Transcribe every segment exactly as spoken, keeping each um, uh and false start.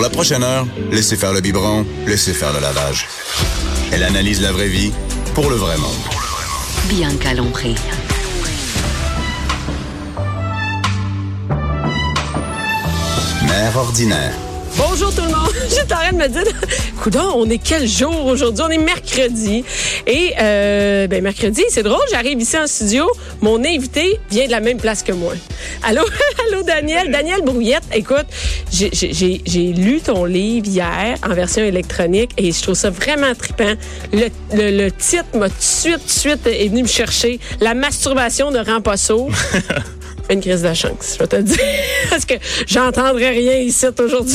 la prochaine heure, laissez faire le biberon, laissez faire le lavage. Elle analyse la vraie vie pour le vrai monde. Bianca Lompré. Mère ordinaire. Bonjour tout le monde. J'étais en train de me dire, coudonc, on est quel jour aujourd'hui? On est mercredi. Et, euh, ben, mercredi, c'est drôle, j'arrive ici en studio, mon invité vient de la même place que moi. Allô, allô Daniel, Daniel Brouillette. Écoute, j'ai, j'ai, j'ai lu ton livre hier en version électronique et je trouve ça vraiment trippant. Le, le, le titre m'a tout de suite, tout de suite est venu me chercher. La masturbation ne rend pas sourd. Une crise de chance, je vais te le dire. Parce que j'entendrai rien ici aujourd'hui.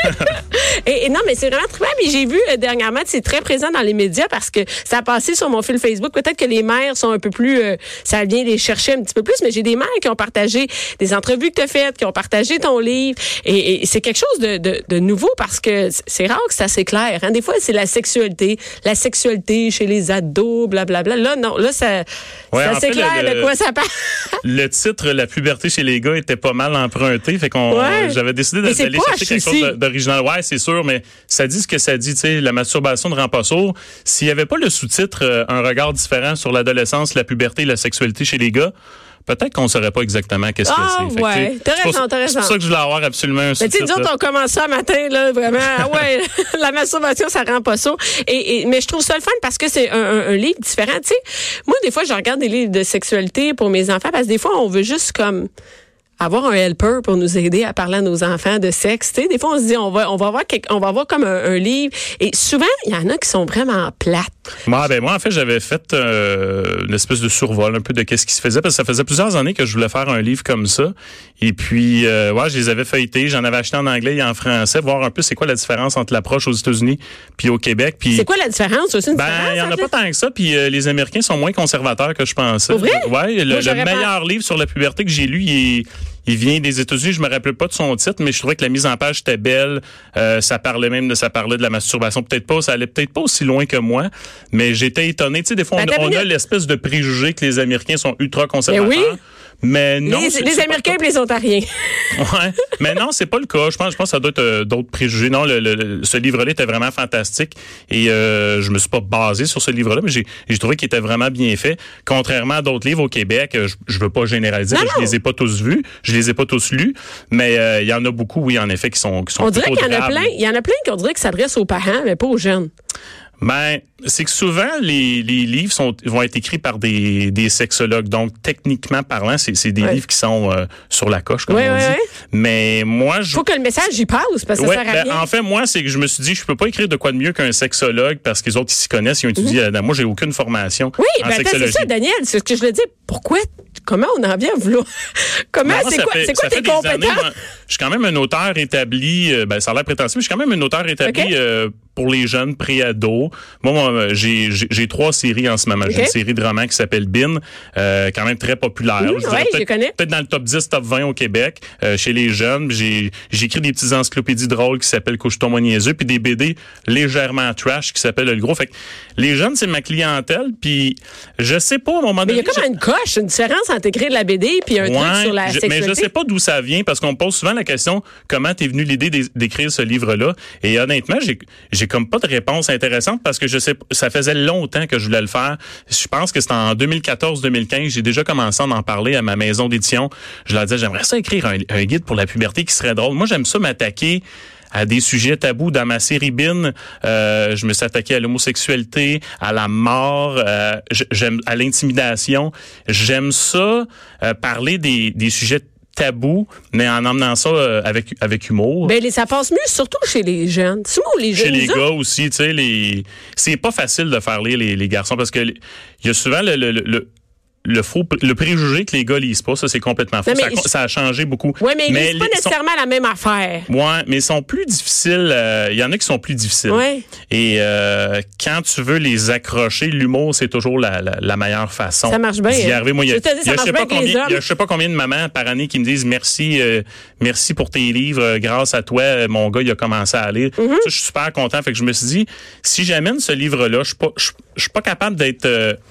et, et non, mais c'est vraiment très bien. Puis j'ai vu euh, dernièrement, c'est très présent dans les médias parce que ça a passé sur mon fil Facebook. Peut-être que les mères sont un peu plus... Euh, ça vient les chercher un petit peu plus, mais j'ai des mères qui ont partagé des entrevues que tu as faites, qui ont partagé ton livre. Et, et c'est quelque chose de, de, de nouveau parce que c'est rare que c'est assez clair. Hein? Des fois, c'est la sexualité. La sexualité chez les ados, blablabla. Là, non. Là, ça, ouais, c'est assez fait, clair le, de quoi ça parle. Le titre, la puberté chez les gars était pas mal emprunté, fait qu'on ouais. j'avais décidé d'aller chercher quelque aussi. chose d'original. Ouais, c'est sûr, mais ça dit ce que ça dit, tu sais, la masturbation ne rend pas sourd. S'il y avait pas le sous-titre euh, un regard différent sur l'adolescence, la puberté et la sexualité chez les gars, peut-être qu'on ne saurait pas exactement qu'est-ce ah, que c'est. Ouais, fait que, t'as raison, t'as raison. C'est pour ça que je voulais avoir absolument un sous-titre. Mais tu sais, nous autres, on commence ça matin, là, vraiment. Ah ouais, la masturbation, ça rend pas sourd. Et, et, mais je trouve ça le fun parce que c'est un, un, un livre différent. Tu sais, moi, des fois, je regarde des livres de sexualité pour mes enfants parce que des fois, on veut juste comme... avoir un helper pour nous aider à parler à nos enfants de sexe. Tu sais, des fois, on se dit, on va, on va avoir, quelque, on va avoir comme un, un livre. Et souvent, il y en a qui sont vraiment plates. Moi, ben, moi, en fait, j'avais fait euh, une espèce de survol un peu de qu'est-ce qui se faisait parce que ça faisait plusieurs années que je voulais faire un livre comme ça. Et puis, euh, ouais, je les avais feuilletés. J'en avais acheté en anglais et en français, voir un peu c'est quoi la différence entre l'approche aux États-Unis puis au Québec. Puis, c'est quoi la différence? Aussi une ben, il y en a pas tant que ça. Puis euh, les Américains sont moins conservateurs que je pensais. Pour vrai? Ouais, le, moi, le meilleur pas... livre sur la puberté que j'ai lu, il est... Il vient des États-Unis, je me rappelle pas de son titre, mais je trouvais que la mise en page était belle. Euh, ça parlait même de ça parlait de la masturbation, peut-être pas, ça allait peut-être pas aussi loin que moi, mais j'étais étonné. Tu sais, des fois, ben, on, on a l'espèce de préjugé que les Américains sont ultra conservateurs. Mais oui. Mais non, les, c'est, les c'est Américains et les Ontariens. Ouais, mais non, c'est pas le cas. Je pense, je pense que ça doit être euh, d'autres préjugés. Non, le, le, ce livre-là était vraiment fantastique et euh, je me suis pas basé sur ce livre-là, mais j'ai, j'ai trouvé qu'il était vraiment bien fait. Contrairement à d'autres livres au Québec, je, je veux pas généraliser, non, je non. les ai pas tous vus, je les ai pas tous lus, mais il euh, y en a beaucoup, oui, en effet, qui sont, qui sont. On dirait qu'il y en a drables. plein. Il y en a plein qu'on dirait que ça s'adresse aux parents, mais pas aux jeunes. Ben, c'est que souvent, les, les livres sont, vont être écrits par des, des sexologues. Donc, techniquement parlant, c'est, c'est des ouais. livres qui sont euh, sur la coche, comme ouais, on ouais, dit. Ouais. Mais moi, je... faut que le message y passe, parce que ouais, ça sert à ben, rien. En fait, moi, c'est que je me suis dit, je peux pas écrire de quoi de mieux qu'un sexologue, parce que les autres, ils s'y connaissent, ils ont étudié. Mm-hmm. Moi, j'ai aucune formation oui, en ben, sexologie. C'est ça, Daniel, c'est ce que je le dis. Pourquoi, comment on en vient à vouloir? Comment, non, c'est quoi, fait, c'est quoi tes compétences? Années, moi, je suis quand même un auteur établi, euh, ben, ça a l'air prétentieux, mais je suis quand même un auteur établi okay. euh, pour les jeunes pré-ados. Moi, moi j'ai, j'ai, j'ai trois séries en ce moment. Okay. J'ai une série de romans qui s'appelle Bin, euh, quand même très populaire. Mmh, je ouais, peut-être, je connais. Peut-être dans le top dix, top vingt au Québec, euh, chez les jeunes. J'ai, j'ai écrit des petites encyclopédies drôles qui s'appellent Couche-toi moi niaiseux, puis des B D légèrement trash qui s'appellent Le Gros. Fait que les jeunes, c'est ma clientèle, puis je sais pas, à un moment donné... Mais il y a comme je... une coche, une différence entre écrire de la B D puis un ouais, truc sur la je, sexualité. Mais je sais pas d'où ça vient, parce qu'on me pose souvent la question, comment t'es venu l'idée d'écrire ce livre-là? Et honnêtement, j'ai, j'ai comme pas de réponse intéressante, parce que je sais, ça faisait longtemps que je voulais le faire. Je pense que c'était en deux mille quatorze deux mille quinze, j'ai déjà commencé à en parler à ma maison d'édition. Je leur disais, j'aimerais ça écrire un, un guide pour la puberté qui serait drôle. Moi, j'aime ça m'attaquer à des sujets tabous. Dans ma série Bin, euh, je me suis attaqué à l'homosexualité, à la mort, euh, j'aime à l'intimidation. J'aime ça, euh, parler des, des sujets tabous, mais en emmenant ça euh, avec avec humour. Ben ça passe mieux, surtout chez les jeunes. C'est moi, les jeunes. Chez les gars autres. Aussi, tu sais, les c'est pas facile de faire lire les, les garçons, parce que il y a souvent le, le, le Le faux, le préjugé que les gars lisent pas, ça c'est complètement faux. Ça, je... ça a changé beaucoup. Oui, mais ils mais lisent pas nécessairement sont... la même affaire. Ouais, mais ils sont plus difficiles. Il euh, y en a qui sont plus difficiles. Ouais. Et euh, quand tu veux les accrocher, l'humour c'est toujours la, la, la meilleure façon. Ça marche bien. D'y arriver. Moi, il y a, je te dis, ça y a, marche je sais bien pas combien, les hommes. y a, je sais pas combien de mamans par année qui me disent merci, euh, merci pour tes livres. Grâce à toi, mon gars il a commencé à lire. Mm-hmm. Ça, je suis super content. Fait que je me suis dit, si j'amène ce livre-là, je suis pas, je, je suis pas capable d'être euh,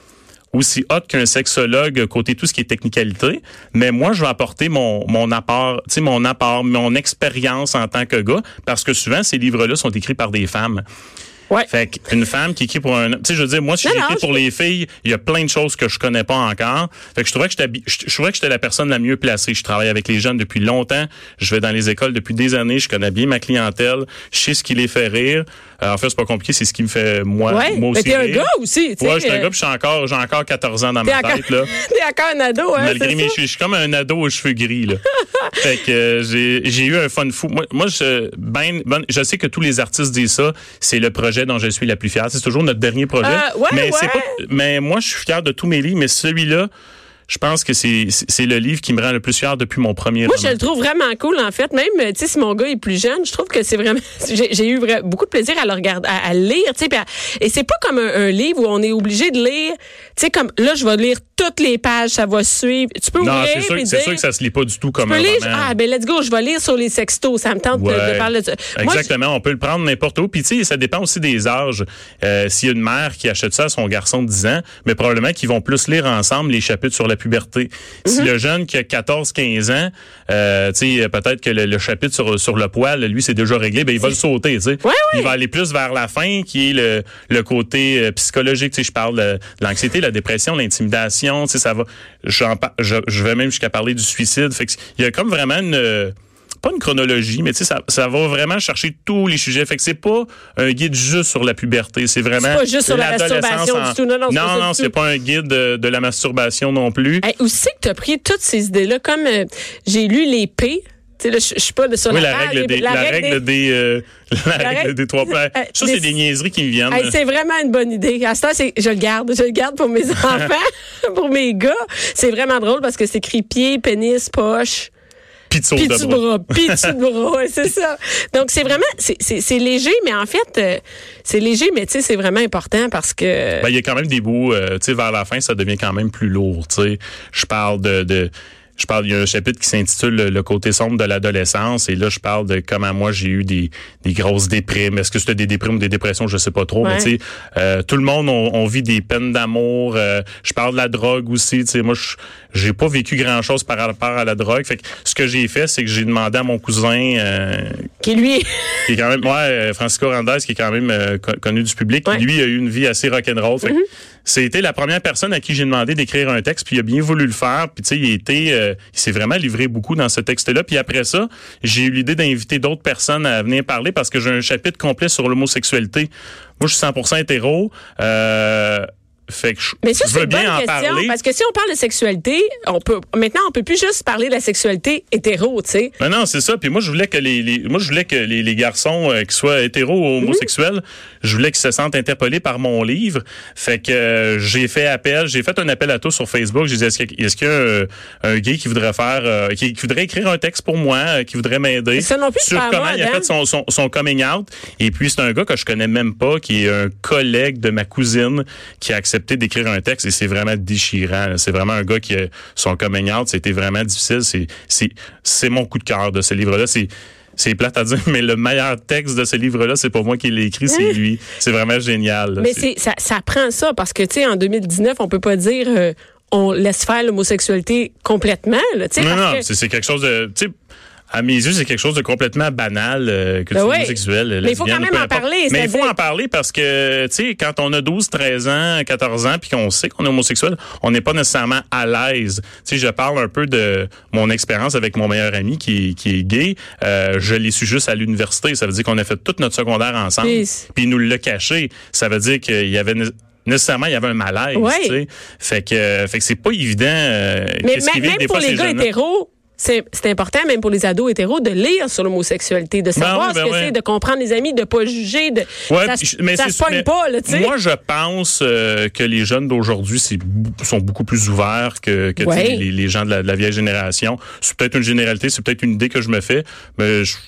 aussi hot qu'un sexologue côté tout ce qui est technicalité, mais moi je vais apporter mon mon apport, tu sais mon apport, mon expérience en tant que gars, parce que souvent ces livres-là sont écrits par des femmes. Ouais. Fait qu'une femme qui écrit pour un... Tu sais, je veux dire, moi, si non, j'écris non, pour je... les filles, il y a plein de choses que je connais pas encore. Fait que je trouvais que j'étais, je trouvais que j'étais la personne la mieux placée. Je travaille avec les jeunes depuis longtemps. Je vais dans les écoles depuis des années. Je connais bien ma clientèle. Je sais ce qui les fait rire. Euh, en fait, c'est pas compliqué. C'est ce qui me fait, moi, ouais. moi aussi mais t'es rire. un gars aussi, tu sais. Ouais, je suis euh... un gars puis j'ai encore, j'ai encore quatorze ans dans ma encore... tête, là. T'es encore un ado, hein. Malgré mes cheveux, je suis comme un ado aux cheveux gris, là. Fait que euh, j'ai, j'ai eu un fun fou. Moi, moi je, ben, ben, je sais que tous les artistes disent ça. C'est le projet dont je suis la plus fière. C'est toujours notre dernier projet. Euh, ouais, mais ouais. c'est pas, mais moi, je suis fier de tous mes livres, mais celui-là, je pense que c'est, c'est le livre qui me rend le plus fier depuis mon premier Moi, roman. je le trouve vraiment cool, en fait. Même, tu sais, si mon gars est plus jeune, je trouve que c'est vraiment... J'ai, j'ai eu vra... beaucoup de plaisir à le regarder, à, à le lire, tu sais. À... Et c'est pas comme un, un livre où on est obligé de lire, tu sais, comme là, je vais lire toutes les pages, ça va suivre. Tu peux non, ouvrir c'est sûr, et c'est dire, sûr que ça se lit pas du tout comme un lire, roman. Ah, ben let's go, je vais lire sur les sextos. Ça me tente ouais, de, de parler de ça. Exactement, Moi, on peut le prendre n'importe où. Puis tu sais, ça dépend aussi des âges. Euh, s'il y a une mère qui achète ça à son garçon de dix ans, mais probablement qu'ils vont plus lire ensemble les chapitres sur la puberté. Mm-hmm. Si le jeune qui a quatorze quinze ans, euh, tu sais, peut-être que le, le chapitre sur, sur le poil, lui, c'est déjà réglé, ben il va le sauter, tu sais. Ouais, ouais. Il va aller plus vers la fin, qui est le, le côté euh, psychologique. Tu sais, je parle de, de l'anxiété, la dépression, l'intimidation, tu sais, ça va... J'en, je, je vais même jusqu'à parler du suicide. Fait que il y a comme vraiment une... pas une chronologie, mais tu sais, ça, ça va vraiment chercher tous les sujets. Fait que c'est pas un guide juste sur la puberté. C'est vraiment... C'est pas juste sur la masturbation en... du tout. Non, non, c'est non, pas, non, c'est pas un guide de, de la masturbation non plus. Hey, où c'est que t'as pris toutes ces idées-là? Comme euh, j'ai lu les P... Tu sais, là, je suis pas de sur oui, la, la règle des, la, la règle règle des, des euh, la, la règle des trois plans. Euh, ça, des, c'est des niaiseries qui me viennent. Hey, c'est vraiment une bonne idée. À ce temps, c'est, je le garde. Je le garde pour mes enfants, pour mes gars. C'est vraiment drôle parce que c'est écrit pied, pénis, poche. Pizzo Pis de de bras. bras. Pis de bras, ouais, c'est ça. Donc, c'est vraiment, c'est, c'est, c'est léger, mais en fait, euh, c'est léger, mais tu sais, c'est vraiment important parce que... Ben, il y a quand même des bouts, euh, tu sais, vers la fin, ça devient quand même plus lourd, tu sais. Je parle de... de Je parle, il y a un chapitre qui s'intitule le, le côté sombre de l'adolescence, et là je parle de comment moi j'ai eu des, des grosses déprimes. Est-ce que c'était des déprimes ou des dépressions, je sais pas trop, ouais. mais tu sais, euh, tout le monde on, on vit des peines d'amour. Euh, je parle de la drogue aussi, tu sais, moi je j'ai pas vécu grand chose par rapport à la drogue. Fait que ce que j'ai fait, c'est que j'ai demandé à mon cousin, euh, qui lui, qui est quand même, ouais, Francisco Randez, qui est quand même euh, connu du public, ouais. Qui lui a eu une vie assez rock'n'roll. Fait que mm-hmm. C'était la première personne à qui j'ai demandé d'écrire un texte, puis il a bien voulu le faire. Puis tu sais, il était, euh, il s'est vraiment livré beaucoup dans ce texte-là. Puis après ça, j'ai eu l'idée d'inviter d'autres personnes à venir parler parce que j'ai un chapitre complet sur l'homosexualité. Moi, je suis cent pour cent hétéro. Euh, Fait que je, mais ça, je veux c'est bien une bonne en question, parler. parce que si on parle de sexualité, on peut maintenant on peut plus juste parler de la sexualité hétéro, tu sais. Non, non, c'est ça. Puis moi, je voulais que les, les moi, je voulais que les, les garçons euh, qui soient hétéros ou homosexuels, mm-hmm. je voulais qu'ils se sentent interpellés par mon livre. Fait que euh, j'ai fait appel, j'ai fait un appel à tous sur Facebook. J'ai dit est-ce qu'il est-ce qu'il y a un, un gay qui voudrait faire, euh, qui, qui voudrait écrire un texte pour moi, euh, qui voudrait m'aider ça non plus sur comment mode, il a hein? fait son, son son coming out. Et puis c'est un gars que je connais même pas, qui est un collègue de ma cousine, qui a accepté d'écrire un texte. Et c'est vraiment déchirant. C'est vraiment un gars qui a son coming out. C'était vraiment difficile. C'est, c'est, c'est mon coup de cœur de ce livre-là. C'est, c'est plate à dire, mais le meilleur texte de ce livre-là, c'est pas moi qui l'ai écrit, c'est lui. C'est vraiment génial. Là. Mais c'est... c'est, ça, ça prend ça parce que, tu sais, en deux mille dix-neuf, on peut pas dire euh, on laisse faire l'homosexualité complètement. Là, non, non, que... c'est, c'est quelque chose de... Tu sais, à mes yeux, c'est quelque chose de complètement banal euh, que ben tu es oui. homosexuel. Mais il faut quand même en parler. Mais il faut en parler parce que, tu sais, quand on a douze, treize ans, quatorze ans, puis qu'on sait qu'on est homosexuel, on n'est pas nécessairement à l'aise. Tu sais, je parle un peu de mon expérience avec mon meilleur ami qui, qui est gay. Euh, je l'ai su juste à l'université. Ça veut dire qu'on a fait toute notre secondaire ensemble. Puis il nous l'a caché. Ça veut dire qu'il y avait... Nécessairement, il y avait un malaise, oui. tu sais. Fait que, fait que c'est pas évident. Euh, mais même, même des pour fois, les gars jeunes-là. hétéros, c'est, c'est important, même pour les ados hétéros, de lire sur l'homosexualité, de savoir ben oui, ben ce que oui. c'est, de comprendre les amis, de pas juger, de ouais, ça, puis, mais ça c'est, se pogne pas, là, tu sais. Moi, je pense euh, que les jeunes d'aujourd'hui c'est, sont beaucoup plus ouverts que, que ouais. les, les gens de la, de la vieille génération. C'est peut-être une généralité, c'est peut-être une idée que je me fais, mais je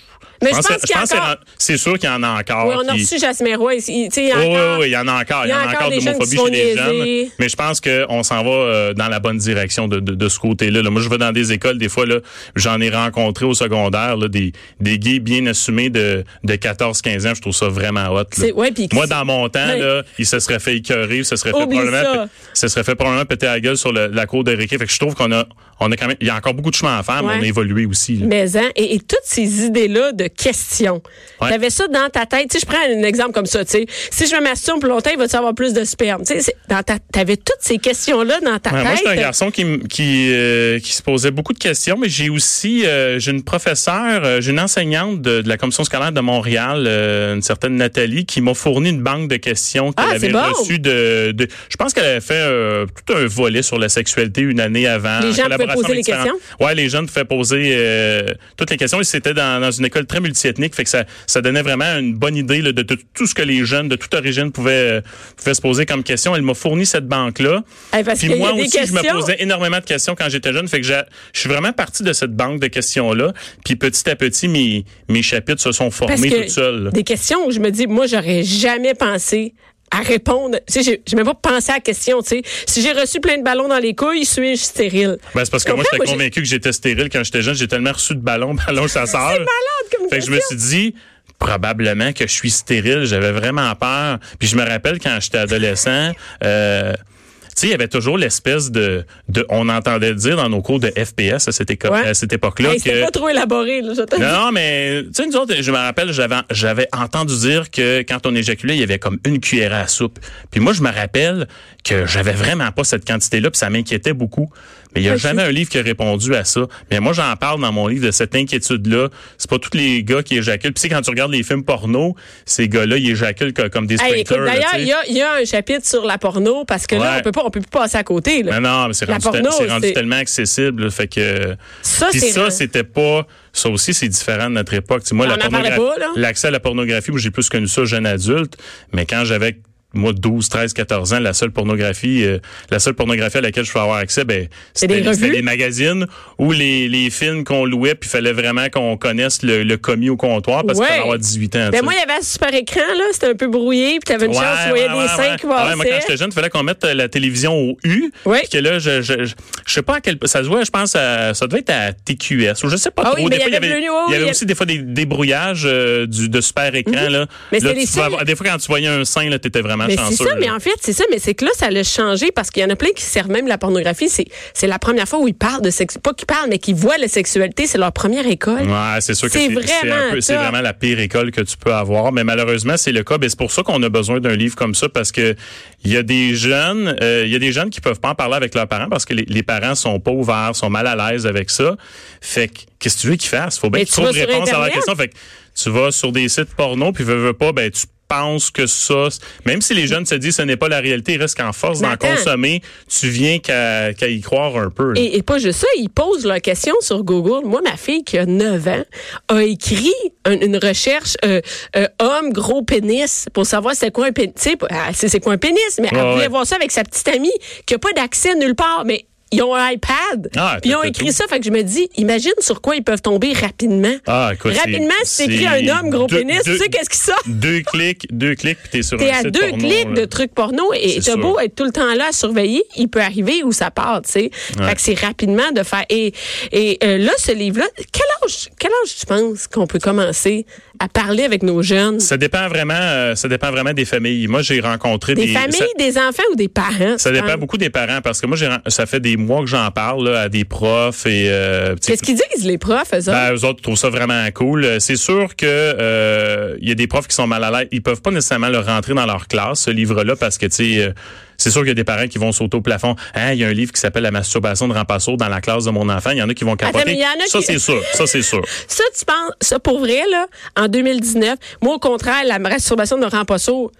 Mais je pense, je pense qu'il y a je pense encore... c'est sûr qu'il y en a encore. Oui, on a qui... reçu Jasmin Roy. Il, il, il y a oui, encore... oui, il y en a encore. Il y, y en a encore, encore d'homophobie chez les jeunes. Mais je pense qu'on s'en va euh, dans la bonne direction de, de, de ce côté-là. Là, moi, je vais dans des écoles, des fois, là, j'en ai rencontré au secondaire, là, des, des gays bien assumés de, de quatorze quinze ans. Je trouve ça vraiment hot. Ouais, puis moi, dans mon temps, ouais. là, il se serait fait écœurer, se serait fait Oublie probablement, ça. se serait fait probablement péter la gueule sur le, la cour de récré. Fait que je trouve qu'on a, on a quand même, il y a encore beaucoup de chemin à faire, ouais. mais on a évolué aussi. Là. Mais hein, et, et toutes ces idées-là de questions, ouais. t'avais ça dans ta tête. Tu sais, je prends un exemple comme ça. Tu sais, si je me masturbe plus longtemps, il va-tu avoir plus de sperme. Tu sais, dans ta, t'avais toutes ces questions-là dans ta ouais, tête. Moi, j'étais un garçon qui qui euh, qui se posait beaucoup de questions, mais j'ai aussi euh, j'ai une professeure, euh, j'ai une enseignante de, de la commission scolaire de Montréal, euh, une certaine Nathalie, qui m'a fourni une banque de questions qu'elle ah, avait bon. reçues de, de. Je pense qu'elle avait fait euh, tout un volet sur la sexualité une année avant. Les gens pouvaient poser les questions. Ouais, les jeunes pouvaient poser euh, toutes les questions. Et c'était dans, dans une école très multiethnique, fait que ça, ça donnait vraiment une bonne idée là, de, de, de tout ce que les jeunes de toute origine pouvaient, euh, pouvaient se poser comme question. Elle m'a fourni cette banque-là. Hey, parce Puis qu'il moi y a des aussi, questions. je me posais énormément de questions quand j'étais jeune. Fait que je suis vraiment partie de cette banque de questions-là. Puis petit à petit, mes, mes chapitres se sont formés toutes seuls. Des questions où je me dis, moi, j'aurais jamais pensé à répondre. Tu sais, j'ai, j'ai même pas pensé à la question, tu sais. Si j'ai reçu plein de ballons dans les couilles, suis-je stérile? Ben, c'est parce que Donc, moi, j'étais moi, convaincu j'ai... que j'étais stérile quand j'étais jeune. J'ai tellement reçu de ballons, ballons, ça sort. C'est malade comme Fait que question. je me suis dit, probablement que je suis stérile. J'avais vraiment peur. Puis je me rappelle quand j'étais adolescent, euh, tu sais, il y avait toujours l'espèce de, de, on entendait dire dans nos cours de F P S à cette, éco- ouais. à cette époque-là. Hey, que c'était pas trop élaboré, là, je te Non, non, mais, tu sais, nous autres, je me rappelle, j'avais, j'avais entendu dire que quand on éjaculait, il y avait comme une cuillère à soupe. Puis moi, je me rappelle que j'avais vraiment pas cette quantité-là, puis ça m'inquiétait beaucoup. Mais il y a okay. jamais un livre qui a répondu à ça. Mais moi, j'en parle dans mon livre de cette inquiétude-là. C'est pas tous les gars qui éjaculent. Puis tu sais, quand tu regardes les films porno, ces gars-là, ils éjaculent comme des hey, sprinklers. Écoute, d'ailleurs, il y a, y a un chapitre sur la porno parce que ouais. là, on peut pas, on peut plus passer à côté. Là. Mais non, mais c'est rendu, porno, te, c'est rendu c'est... tellement accessible. Là, fait que ça, puis c'est ça, vrai. c'était pas. Ça aussi, c'est différent de notre époque. T'sais, moi, on la pornographie, pas, là. L'accès à la pornographie, moi, j'ai plus connu ça jeune adulte. Mais quand j'avais moi, douze, treize, quatorze ans, la seule pornographie, euh, la seule pornographie à laquelle je pouvais avoir accès, ben, c'était, c'était les magazines ou les, les films qu'on louait, puis il fallait vraiment qu'on connaisse le, le commis au comptoir parce ouais. qu'il fallait avoir dix-huit ans. Ben moi, il y avait un super écran, là, c'était un peu brouillé, puis t'avais une ouais, chance, tu voyais ouais, des ouais, seins ouais. qui passaient. Ouais, moi, quand j'étais jeune, il fallait qu'on mette la télévision au U, ouais. puis que là, je, je, je, je sais pas à quel, ça se voit, je pense, à, ça devait être à T Q S, ou je sais pas ah trop. Oui, des fois, il y avait, il y avait, il y avait aussi des fois des débrouillages euh, du, de super écran, mm-hmm. là. Mais là, c'est les seuls... avoir, des fois, quand tu voyais un sein, là, t'étais vraiment mais chanceux. C'est ça, mais en fait, c'est ça, mais c'est que là, ça l'a changé parce qu'il y en a plein qui servent même la pornographie. C'est, c'est la première fois où ils parlent de sexe, pas qu'ils parlent, mais qu'ils voient la sexualité. C'est leur première école. Ouais, c'est sûr que c'est, c'est, vraiment, c'est, un peu, c'est vraiment la pire école que tu peux avoir. Mais malheureusement, c'est le cas. Ben, c'est pour ça qu'on a besoin d'un livre comme ça parce que il y a des jeunes, euh, il y a des jeunes qui peuvent pas en parler avec leurs parents parce que les, les parents sont pas ouverts, sont mal à l'aise avec ça. Fait que, qu'est-ce que tu veux qu'ils fassent? Faut bien qu'ils trouvent réponse à la question. Fait que tu vas sur des sites porno puis veux, veux pas, ben, tu pense que ça, même si les jeunes se disent que ce n'est pas la réalité, il reste qu'en force d'en consommer, tu viens qu'à, qu'à y croire un peu. Et, et pas juste ça, ils posent leurs questions sur Google. Moi, ma fille qui a neuf ans a écrit un, une recherche euh, euh, homme gros pénis pour savoir c'est quoi un pénis. Tu sais, c'est, c'est quoi un pénis, mais elle ouais, voulait ouais. voir ça avec sa petite amie qui a pas d'accès nulle part, mais ils ont un iPad, ah, puis ils ont écrit tout. ça, fait que je me dis, imagine sur quoi ils peuvent tomber rapidement. Ah, écoute, rapidement, c'est, si t'écris c'est un homme gros deux, pénis, deux, tu sais qu'est-ce qui sort? Deux clics, deux clics, puis t'es sur t'es un site porno. T'es à deux clics là. de trucs porno, et c'est t'as sûr. Beau être tout le temps là à surveiller, il peut arriver où ça part, tu sais. Ouais. Fait que c'est rapidement de faire... Et, et euh, là, ce livre-là, quel âge, quel âge tu penses qu'on peut commencer à parler avec nos jeunes? Ça dépend vraiment, euh, ça dépend vraiment des familles. Moi, j'ai rencontré des... Des familles, ça, des enfants ou des parents? Ça dépend beaucoup des parents, parce que moi, j'ai, ça fait des mois que j'en parle là, à des profs et... Euh, Qu'est-ce qu'ils disent, les profs, eux autres? Ben, eux autres trouvent ça vraiment cool. C'est sûr que euh, il y a des profs qui sont mal à l'aise. Ils peuvent pas nécessairement le rentrer dans leur classe, ce livre-là, parce que, tu sais... Euh, c'est sûr qu'il y a des parents qui vont sauter au plafond. Hein, il y a un livre qui s'appelle La masturbation de Rampasso dans la classe de mon enfant. Il y en a qui vont capoter. Attends, mais y en a ça, qui... c'est sûr. Ça, c'est sûr. Ça, tu penses, ça, pour vrai, là, en deux mille dix-neuf, moi, au contraire, la masturbation de Rampasso,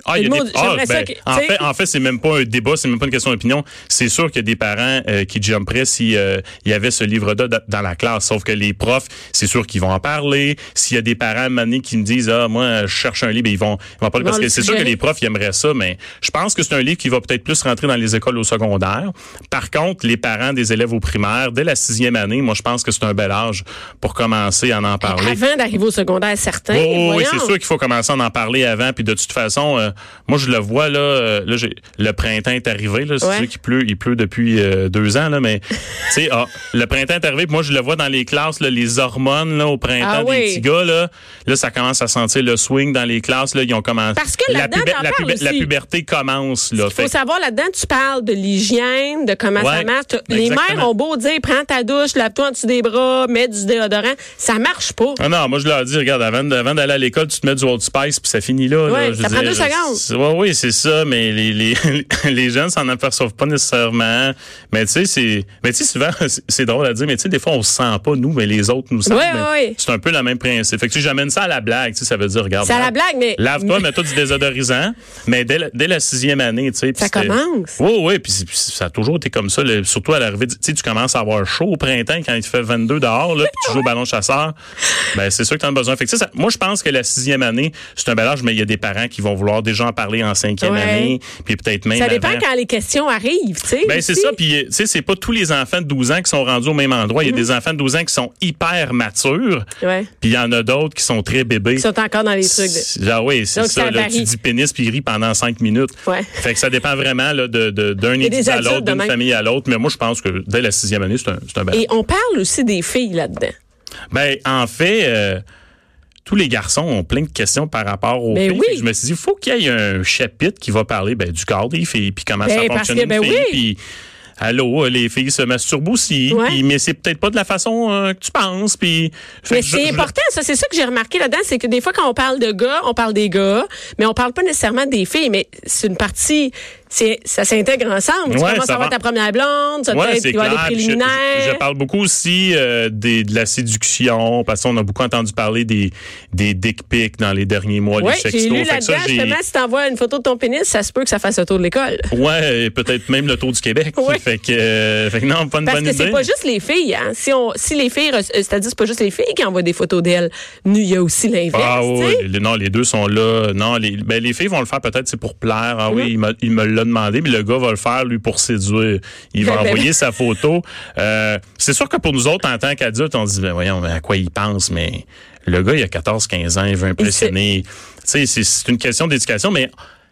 Ah, il y a Edmond, des, ah, j'aimerais ça ben, que- en, tu sais- fait, en fait, c'est même pas un débat, c'est même pas une question d'opinion. C'est sûr qu'il y a des parents euh, qui jumperaient si euh, il y avait ce livre-là d- dans la classe. Sauf que les profs, c'est sûr qu'ils vont en parler. S'il y a des parents à un moment donné qui me disent ah moi je cherche un livre, ben, ils vont ils vont en parler Ils vont parce que le c'est sûr que suggérer. les profs ils aimeraient ça, mais je pense que c'est un livre qui va peut-être plus rentrer dans les écoles au secondaire. Par contre, les parents des élèves au primaire, dès la sixième année, moi je pense que c'est un bel âge pour commencer à en parler. Avant d'arriver au secondaire, certain. Oh, oui, voyons. c'est sûr qu'il faut commencer à en parler avant. Puis de toute façon, euh, moi je le vois là, euh, là j'ai, le printemps est arrivé. Là, c'est Ouais. sûr qu'il pleut, il pleut depuis euh, deux ans là, mais tu sais, ah, le printemps est arrivé. Puis moi je le vois dans les classes, là, les hormones là au printemps Ah des oui. petits gars là, là ça commence à sentir le swing dans les classes. Là, ils ont commencé. Parce que la, là-dedans, t'en la, parles la aussi. puberté commence là. Il faut Fait- savoir là-dedans, tu parles de l'hygiène, de comment Ouais, ça marche. Les exactement. mères ont beau dire prends ta douche, lave-toi en dessous des bras, mets du déodorant, ça marche pas. Ah non, moi je leur dis, regarde, avant, avant d'aller à l'école, tu te mets du Old Spice puis ça finit là. Ouais, là, je ça veux prend dire, deux secondes. c'est- Ouais, oui, c'est ça, mais les, les, les jeunes s'en aperçoivent pas nécessairement. Mais tu sais, c'est, mais tu sais, souvent, c'est- c'est drôle à dire, mais tu sais, des fois, on se sent pas, nous, mais les autres nous sentent. Ouais, mais ouais, ouais. C'est un peu le même principe. Fait que tu sais, j'amène ça à la blague, tu sais, ça veut dire, regarde. C'est à la blague, mais- Lave-toi, mets-toi du désodorisant, mais dès la, dès la sixième année, tu sais. puis Ça c'était- commence. Oui, oui, puis c'est- puis ça a toujours été comme ça, le- surtout à l'arrivée, tu sais, tu commences à avoir chaud au printemps quand il fait vingt-deux dehors, là, puis tu joues au ballon chasseur. Ben, c'est sûr que tu en as besoin. Fait que ça, ça- moi, je pense que la sixième année, c'est un bel âge, mais il y a des parents qui vont vouloir déjà en parler en cinquième Ouais. année, puis peut-être même Ça dépend avant. quand les questions arrivent, tu sais. Ben, c'est aussi. ça, puis tu sais, c'est pas tous les enfants de douze ans qui sont rendus au même endroit. Mm-hmm. Il y a des enfants de douze ans qui sont hyper matures, Ouais. puis il y en a d'autres qui sont très bébés. Ils sont encore dans les trucs. de- Ah oui, c'est Donc, ça. ça Là, varie. tu dis pénis puis il rit pendant cinq minutes. Ouais. Fait que ça dépend vraiment là, de, de, d'un y a des individu à adultes l'autre, de d'une même. famille à l'autre. Mais moi, je pense que dès la sixième année, c'est un, c'est un bel Et on parle aussi des filles là-dedans. Ben, en fait, euh, tous les garçons ont plein de questions par rapport aux Ben filles. oui. Fait que je me suis dit, il faut qu'il y ait un chapitre qui va parler ben, du corps des filles, puis comment Ben, ça parce fonctionne que, une ben fille, oui. puis allô, les filles se masturbent aussi, Ouais. puis, mais c'est peut-être pas de la façon euh, que tu penses. Puis, fait Mais que je- c'est je- important, ça. C'est ça que j'ai remarqué là-dedans, c'est que des fois, quand on parle de gars, on parle des gars, mais on parle pas nécessairement des filles, mais c'est une partie, c'est, ça s'intègre ensemble. Tu Ouais, commences ça à avoir va. ta première blonde, ça Ouais, peut-être, c'est tu vas clair. des Puis je- préliminaires. Je, je parle beaucoup aussi euh, des, de la séduction, parce qu'on a beaucoup entendu parler des, des dick pics dans les derniers mois, Oui, les sextos. j'ai lu Fait que ça, là-dedans, j'ai- justement, si t'envoies une photo de ton pénis, ça se peut que ça fasse le tour de l'école. Ouais, et peut-être même le tour du Québec. Ouais. Fait que, euh, fait que non, pas une Parce bonne que idée. c'est pas juste les filles, hein. Si on, si les filles, re- c'est-à-dire c'est pas juste les filles qui envoient des photos d'elles nues, il y a aussi l'inverse, Ah tu oui, sais. les- non, les deux sont là. Non, les, ben, les filles vont le faire peut-être c'est pour plaire. Ah Mm-hmm. oui, il, m'a- il me l'a demandé, mais le gars va le faire lui pour séduire. Il va Ben, ben, envoyer sa photo. Euh, c'est sûr que pour nous autres, en tant qu'adultes, on dit ben voyons, mais à quoi il pense, mais le gars il a quatorze quinze ans, il veut impressionner. Tu sais, c'est, c'est une question d'éducation, mais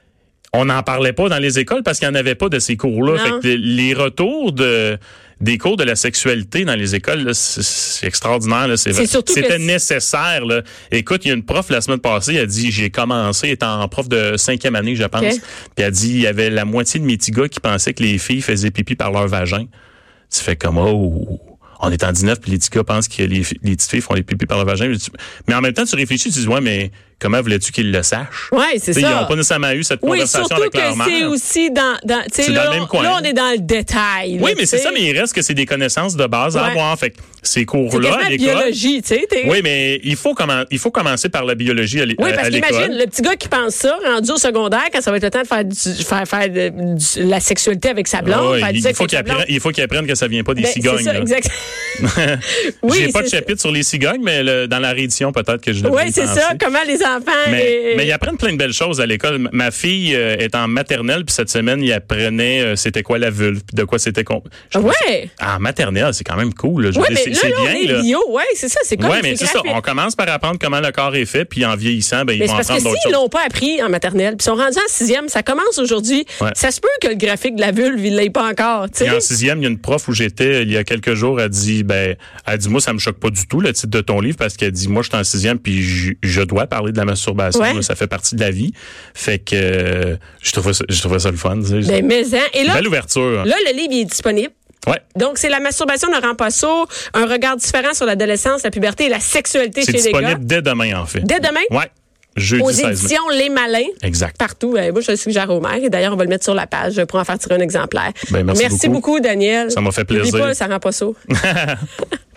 on n'en parlait pas dans les écoles parce qu'il n'y en avait pas de ces cours-là. Non. Fait que les retours de des cours de la sexualité dans les écoles, là, c'est, c'est extraordinaire. Là. C'est, C'est surtout c'était que- nécessaire. Là. Écoute, il y a une prof la semaine passée, elle a dit, j'ai commencé, étant prof de cinquième année, je pense. Ok. Puis elle a dit, il y avait la moitié de mes petits gars qui pensaient que les filles faisaient pipi par leur vagin. Tu fais comme, oh, on est en dix-neuf, puis les petits gars pensent que les, fi- les petites filles font les pipis par leur vagin. Mais en même temps, tu réfléchis, tu dis, ouais, mais comment voulais-tu qu'ils le sachent? Ouais, c'est T'sais, Ils ça. n'ont pas nécessairement eu cette Oui, conversation surtout avec que leur mère. c'est aussi dans, dans tu sais, C'est là, dans le même coin. là, on est dans le détail. Oui, là, mais tu c'est sais. ça, mais il reste que c'est des connaissances de base à Ouais. avoir. Fait que ces C'est cours-là quasiment à la l'école. biologie, tu sais. t'es- Oui, mais il faut, commen- il faut commencer par la biologie à l'é- Oui, à- parce à l'école. qu'imagine, le petit gars qui pense ça, rendu au secondaire, quand ça va être le temps de faire, du, faire, faire de- du- la sexualité avec sa blonde, Ah ouais, faire du il, sexe faut avec qu'il sa blonde. apprenne, il faut qu'il apprenne que ça vient pas des Ben, cigognes. c'est ça, là. exact. oui, J'ai pas de c'est ça. chapitre sur les cigognes, mais le- dans la réédition, peut-être que je devrais Oui, y c'est penser. ça. Comment les enfants. Mais, et- mais ils apprennent plein de belles choses à l'école. M- Ma fille euh, est en maternelle, puis cette semaine, il apprenait euh, c'était quoi la vulve, puis de quoi c'était... Con... Je trouve Ouais. ça- En maternelle, c'est quand même cool. Là. Je Oui, veux dire, mais c'est, là, c'est là, bien. on est là. bio. Oui, c'est ça. C'est comme Oui, mais c'est ça. graphique. On commence par apprendre comment le corps est fait, puis en vieillissant, ben, ils Mais vont c'est parce que apprendre d'autres s'ils choses. l'ont pas appris en maternelle, puis sont rendus en sixième, ça commence aujourd'hui. Ouais. Ça se peut que le graphique de la vulve, il l'ait pas encore. tu sais. Puis en sixième, il y a une prof où j'étais il y a quelques jours, elle dit, ben, elle dit, moi, ça me choque pas du tout, le titre de ton livre, parce qu'elle dit, moi, je suis en sixième, puis je, je dois parler de la masturbation, Ouais. là, ça fait partie de la vie. Fait que, euh, je trouvais ça, je trouvais ça le fun, tu sais. Ben, mais, hein. Et là, Belle ouverture. là, le livre il est disponible. Ouais. Donc, c'est La masturbation ne rend pas sourd, un regard différent sur l'adolescence, la puberté et la sexualité C'est chez les gars. disponible dès demain, en fait. Dès demain, Ouais. Jeudi aux seize mai. éditions Les Malins. Exact. Partout. Euh, moi, je le suggère au maire. Et d'ailleurs, on va le mettre sur la page pour en faire tirer un exemplaire. Ben, merci beaucoup. beaucoup, Daniel. Ça m'a fait N'oublie plaisir. pas, ça rend pas sourd.